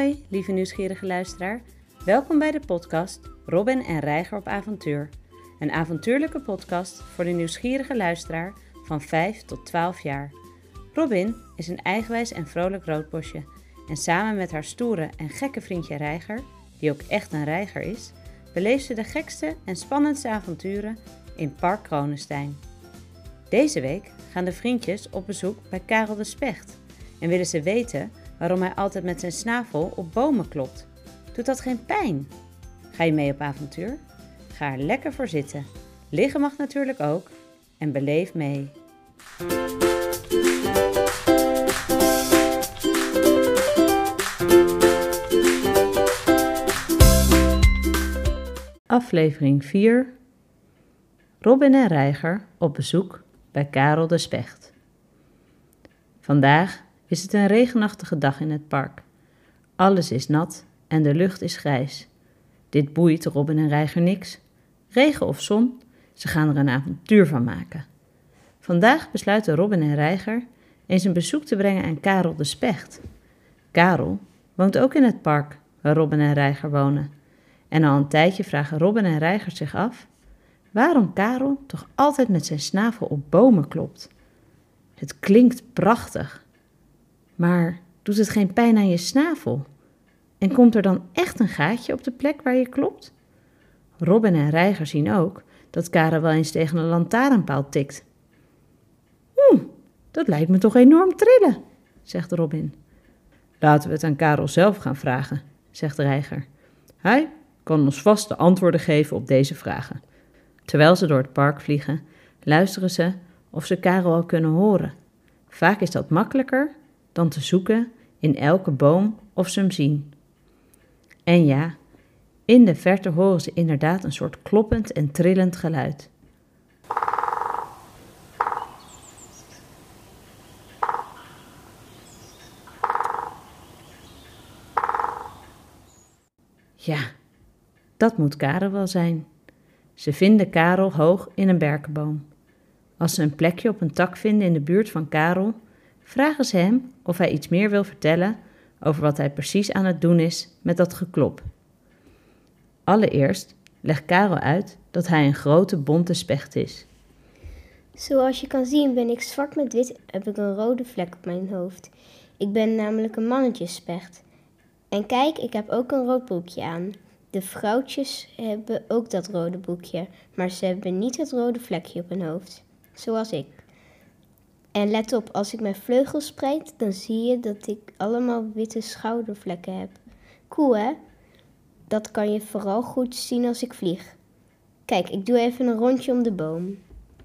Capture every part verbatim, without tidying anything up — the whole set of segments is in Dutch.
Hoi, lieve nieuwsgierige luisteraar. Welkom bij de podcast Robin en Reiger op avontuur. Een avontuurlijke podcast voor de nieuwsgierige luisteraar van vijf tot twaalf jaar. Robin is een eigenwijs en vrolijk roodbosje. En samen met haar stoere en gekke vriendje Reiger, die ook echt een reiger is, beleeft ze de gekste en spannendste avonturen in Park Kronenstein. Deze week gaan de vriendjes op bezoek bij Karel de Specht en willen ze weten waarom hij altijd met zijn snavel op bomen klopt. Doet dat geen pijn? Ga je mee op avontuur? Ga er lekker voor zitten. Liggen mag natuurlijk ook en beleef mee. Aflevering vier. Robin en Reiger op bezoek bij Karel de Specht. Vandaag is het een regenachtige dag in het park. Alles is nat en de lucht is grijs. Dit boeit Robin en Reiger niks. Regen of zon, ze gaan er een avontuur van maken. Vandaag besluiten Robin en Reiger eens een bezoek te brengen aan Karel de Specht. Karel woont ook in het park waar Robin en Reiger wonen. En al een tijdje vragen Robin en Reiger zich af waarom Karel toch altijd met zijn snavel op bomen klopt. Het klinkt prachtig, maar doet het geen pijn aan je snavel? En komt er dan echt een gaatje op de plek waar je klopt? Robin en Reiger zien ook dat Karel wel eens tegen een lantaarnpaal tikt. Hm, dat lijkt me toch enorm trillen, zegt Robin. Laten we het aan Karel zelf gaan vragen, zegt Reiger. Hij kan ons vast de antwoorden geven op deze vragen. Terwijl ze door het park vliegen, luisteren ze of ze Karel al kunnen horen. Vaak is dat makkelijker dan te zoeken in elke boom of ze hem zien. En ja, in de verte horen ze inderdaad een soort kloppend en trillend geluid. Ja, dat moet Karel wel zijn. Ze vinden Karel hoog in een berkenboom. Als ze een plekje op een tak vinden in de buurt van Karel, vragen ze hem of hij iets meer wil vertellen over wat hij precies aan het doen is met dat geklop. Allereerst legt Karel uit dat hij een grote bonte specht is. Zoals je kan zien ben ik zwart met wit en heb ik een rode vlek op mijn hoofd. Ik ben namelijk een mannetjesspecht. En kijk, ik heb ook een rood broekje aan. De vrouwtjes hebben ook dat rode broekje, maar ze hebben niet het rode vlekje op hun hoofd, zoals ik. En let op, als ik mijn vleugels spreid, dan zie je dat ik allemaal witte schoudervlekken heb. Cool, hè? Dat kan je vooral goed zien als ik vlieg. Kijk, ik doe even een rondje om de boom.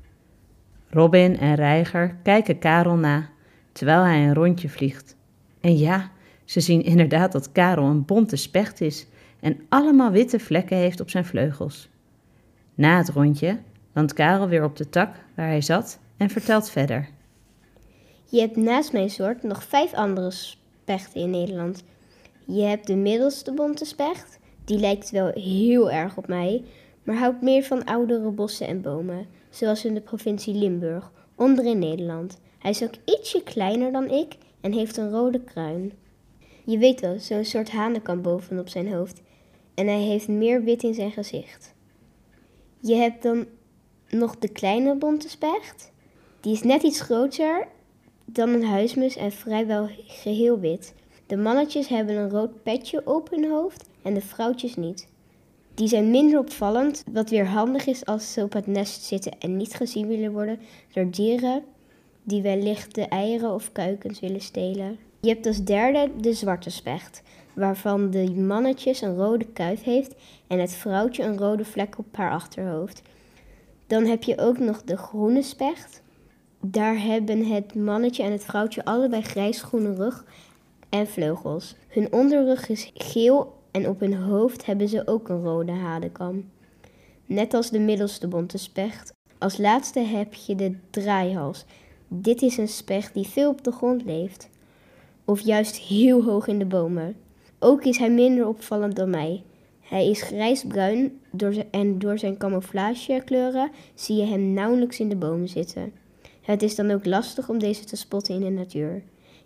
Robin en Reiger kijken Karel na, terwijl hij een rondje vliegt. En ja, ze zien inderdaad dat Karel een bonte specht is en allemaal witte vlekken heeft op zijn vleugels. Na het rondje landt Karel weer op de tak waar hij zat en vertelt verder. Je hebt naast mijn soort nog vijf andere spechten in Nederland. Je hebt de middelste bonte specht, die lijkt wel heel erg op mij, maar houdt meer van oudere bossen en bomen, zoals in de provincie Limburg, onder in Nederland. Hij is ook ietsje kleiner dan ik en heeft een rode kruin. Je weet wel, zo'n soort hanenkam bovenop zijn hoofd. En hij heeft meer wit in zijn gezicht. Je hebt dan nog de kleine bonte specht. Die is net iets groter dan een huismus en vrijwel geheel wit. De mannetjes hebben een rood petje op hun hoofd en de vrouwtjes niet. Die zijn minder opvallend, wat weer handig is als ze op het nest zitten en niet gezien willen worden door dieren die wellicht de eieren of kuikens willen stelen. Je hebt als derde de zwarte specht, waarvan de mannetjes een rode kuif heeft en het vrouwtje een rode vlek op haar achterhoofd. Dan heb je ook nog de groene specht. Daar hebben het mannetje en het vrouwtje allebei grijsgroene rug en vleugels. Hun onderrug is geel en op hun hoofd hebben ze ook een rode hanenkam. Net als de middelste bonte specht. Als laatste heb je de draaihals. Dit is een specht die veel op de grond leeft. Of juist heel hoog in de bomen. Ook is hij minder opvallend dan mij. Hij is grijsbruin door z- en door zijn camouflagekleuren zie je hem nauwelijks in de bomen zitten. Het is dan ook lastig om deze te spotten in de natuur.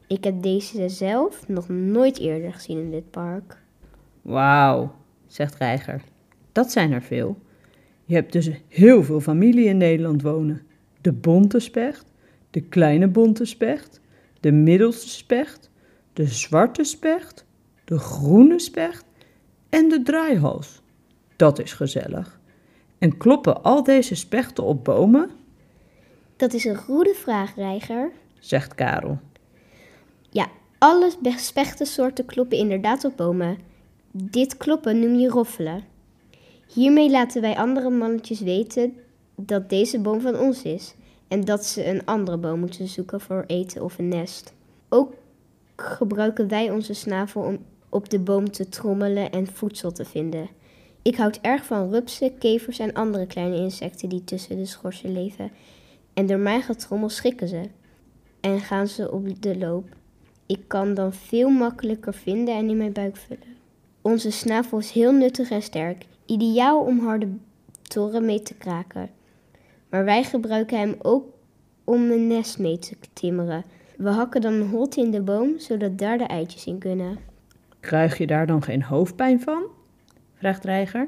Ik heb deze zelf nog nooit eerder gezien in dit park. Wauw, zegt Reiger. Dat zijn er veel. Je hebt dus heel veel familie in Nederland wonen. De bonte specht, de kleine bonte specht, de middelste specht, de zwarte specht, de groene specht en de draaihals. Dat is gezellig. En kloppen al deze spechten op bomen? Dat is een goede vraag, Reiger, zegt Karel. Ja, alle spechtensoorten kloppen inderdaad op bomen. Dit kloppen noem je roffelen. Hiermee laten wij andere mannetjes weten dat deze boom van ons is en dat ze een andere boom moeten zoeken voor eten of een nest. Ook gebruiken wij onze snavel om op de boom te trommelen en voedsel te vinden. Ik houd erg van rupsen, kevers en andere kleine insecten die tussen de schorsen leven. En door mijn getrommel schrikken ze en gaan ze op de loop. Ik kan dan veel makkelijker vinden en in mijn buik vullen. Onze snavel is heel nuttig en sterk, ideaal om harde torren mee te kraken. Maar wij gebruiken hem ook om een nest mee te timmeren. We hakken dan een holte in de boom, zodat daar de eitjes in kunnen. Krijg je daar dan geen hoofdpijn van? Vraagt Reiger.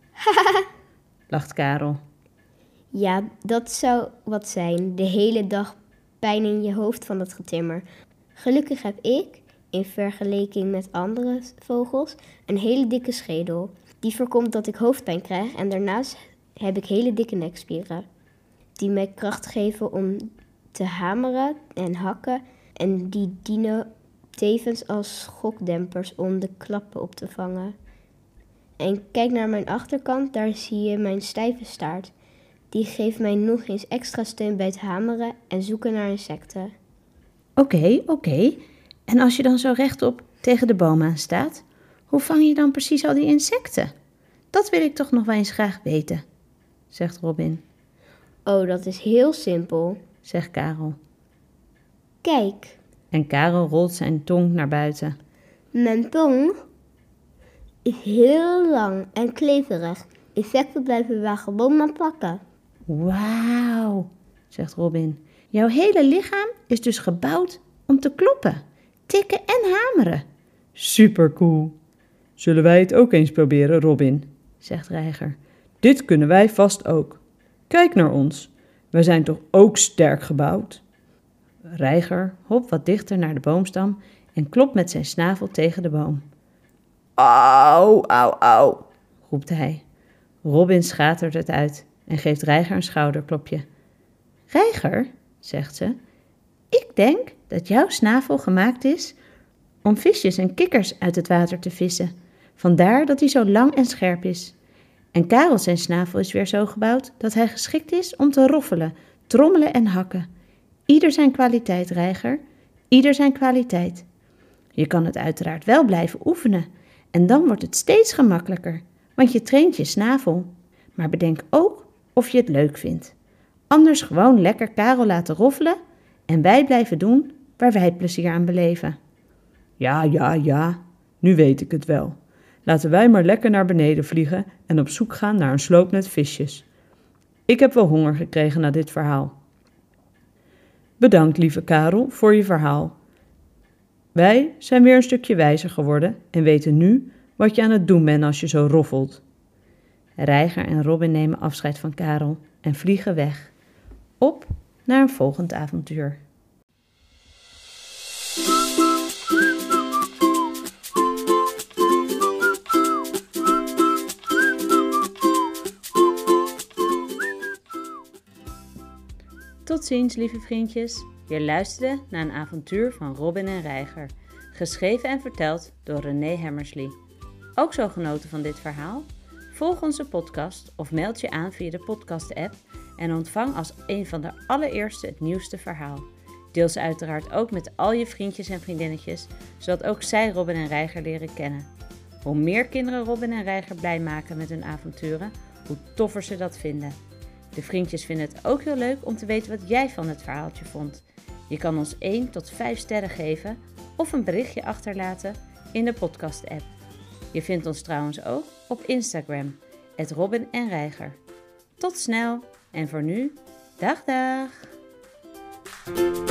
Lacht Karel. Ja, dat zou wat zijn. De hele dag pijn in je hoofd van het getimmer. Gelukkig heb ik, in vergelijking met andere vogels, een hele dikke schedel. Die voorkomt dat ik hoofdpijn krijg en daarnaast heb ik hele dikke nekspieren. Die mij kracht geven om te hameren en hakken en die dienen tevens als schokdempers om de klappen op te vangen. En kijk naar mijn achterkant, daar zie je mijn stijve staart. Die geeft mij nog eens extra steun bij het hameren en zoeken naar insecten. Oké, okay, oké. Okay. En als je dan zo rechtop tegen de boom aan staat, hoe vang je dan precies al die insecten? Dat wil ik toch nog wel eens graag weten, zegt Robin. Oh, dat is heel simpel, zegt Karel. Kijk. En Karel rolt zijn tong naar buiten. Mijn tong is heel lang en kleverig. Insecten blijven wel gewoon maar plakken. Wauw, zegt Robin. Jouw hele lichaam is dus gebouwd om te kloppen, tikken en hameren. Supercool. Zullen wij het ook eens proberen, Robin, zegt Reiger. Dit kunnen wij vast ook. Kijk naar ons. Wij zijn toch ook sterk gebouwd? Reiger hopt wat dichter naar de boomstam en klopt met zijn snavel tegen de boom. Auw, auw, auw, roept hij. Robin schatert het uit en geeft Reiger een schouderklopje. Reiger, zegt ze, ik denk dat jouw snavel gemaakt is om visjes en kikkers uit het water te vissen. Vandaar dat hij zo lang en scherp is. En Karel zijn snavel is weer zo gebouwd dat hij geschikt is om te roffelen, trommelen en hakken. Ieder zijn kwaliteit, Reiger, ieder zijn kwaliteit. Je kan het uiteraard wel blijven oefenen en dan wordt het steeds gemakkelijker, want je traint je snavel. Maar bedenk ook of je het leuk vindt. Anders gewoon lekker Karel laten roffelen en wij blijven doen waar wij plezier aan beleven. Ja, ja, ja, nu weet ik het wel. Laten wij maar lekker naar beneden vliegen en op zoek gaan naar een sloop met visjes. Ik heb wel honger gekregen na dit verhaal. Bedankt, lieve Karel, voor je verhaal. Wij zijn weer een stukje wijzer geworden en weten nu wat je aan het doen bent als je zo roffelt. Reiger en Robin nemen afscheid van Karel en vliegen weg. Op naar een volgend avontuur. Tot ziens, lieve vriendjes. Je luisterde naar een avontuur van Robin en Reiger, geschreven en verteld door René Hammersley. Ook zo genoten van dit verhaal? Volg onze podcast of meld je aan via de podcast-app en ontvang als een van de allereerste het nieuwste verhaal. Deel ze uiteraard ook met al je vriendjes en vriendinnetjes, zodat ook zij Robin en Reiger leren kennen. Hoe meer kinderen Robin en Reiger blij maken met hun avonturen, hoe toffer ze dat vinden. De vriendjes vinden het ook heel leuk om te weten wat jij van het verhaaltje vond. Je kan ons één tot vijf sterren geven of een berichtje achterlaten in de podcast-app. Je vindt ons trouwens ook op Instagram, at Robin en Reiger. Tot snel en voor nu, dag dag!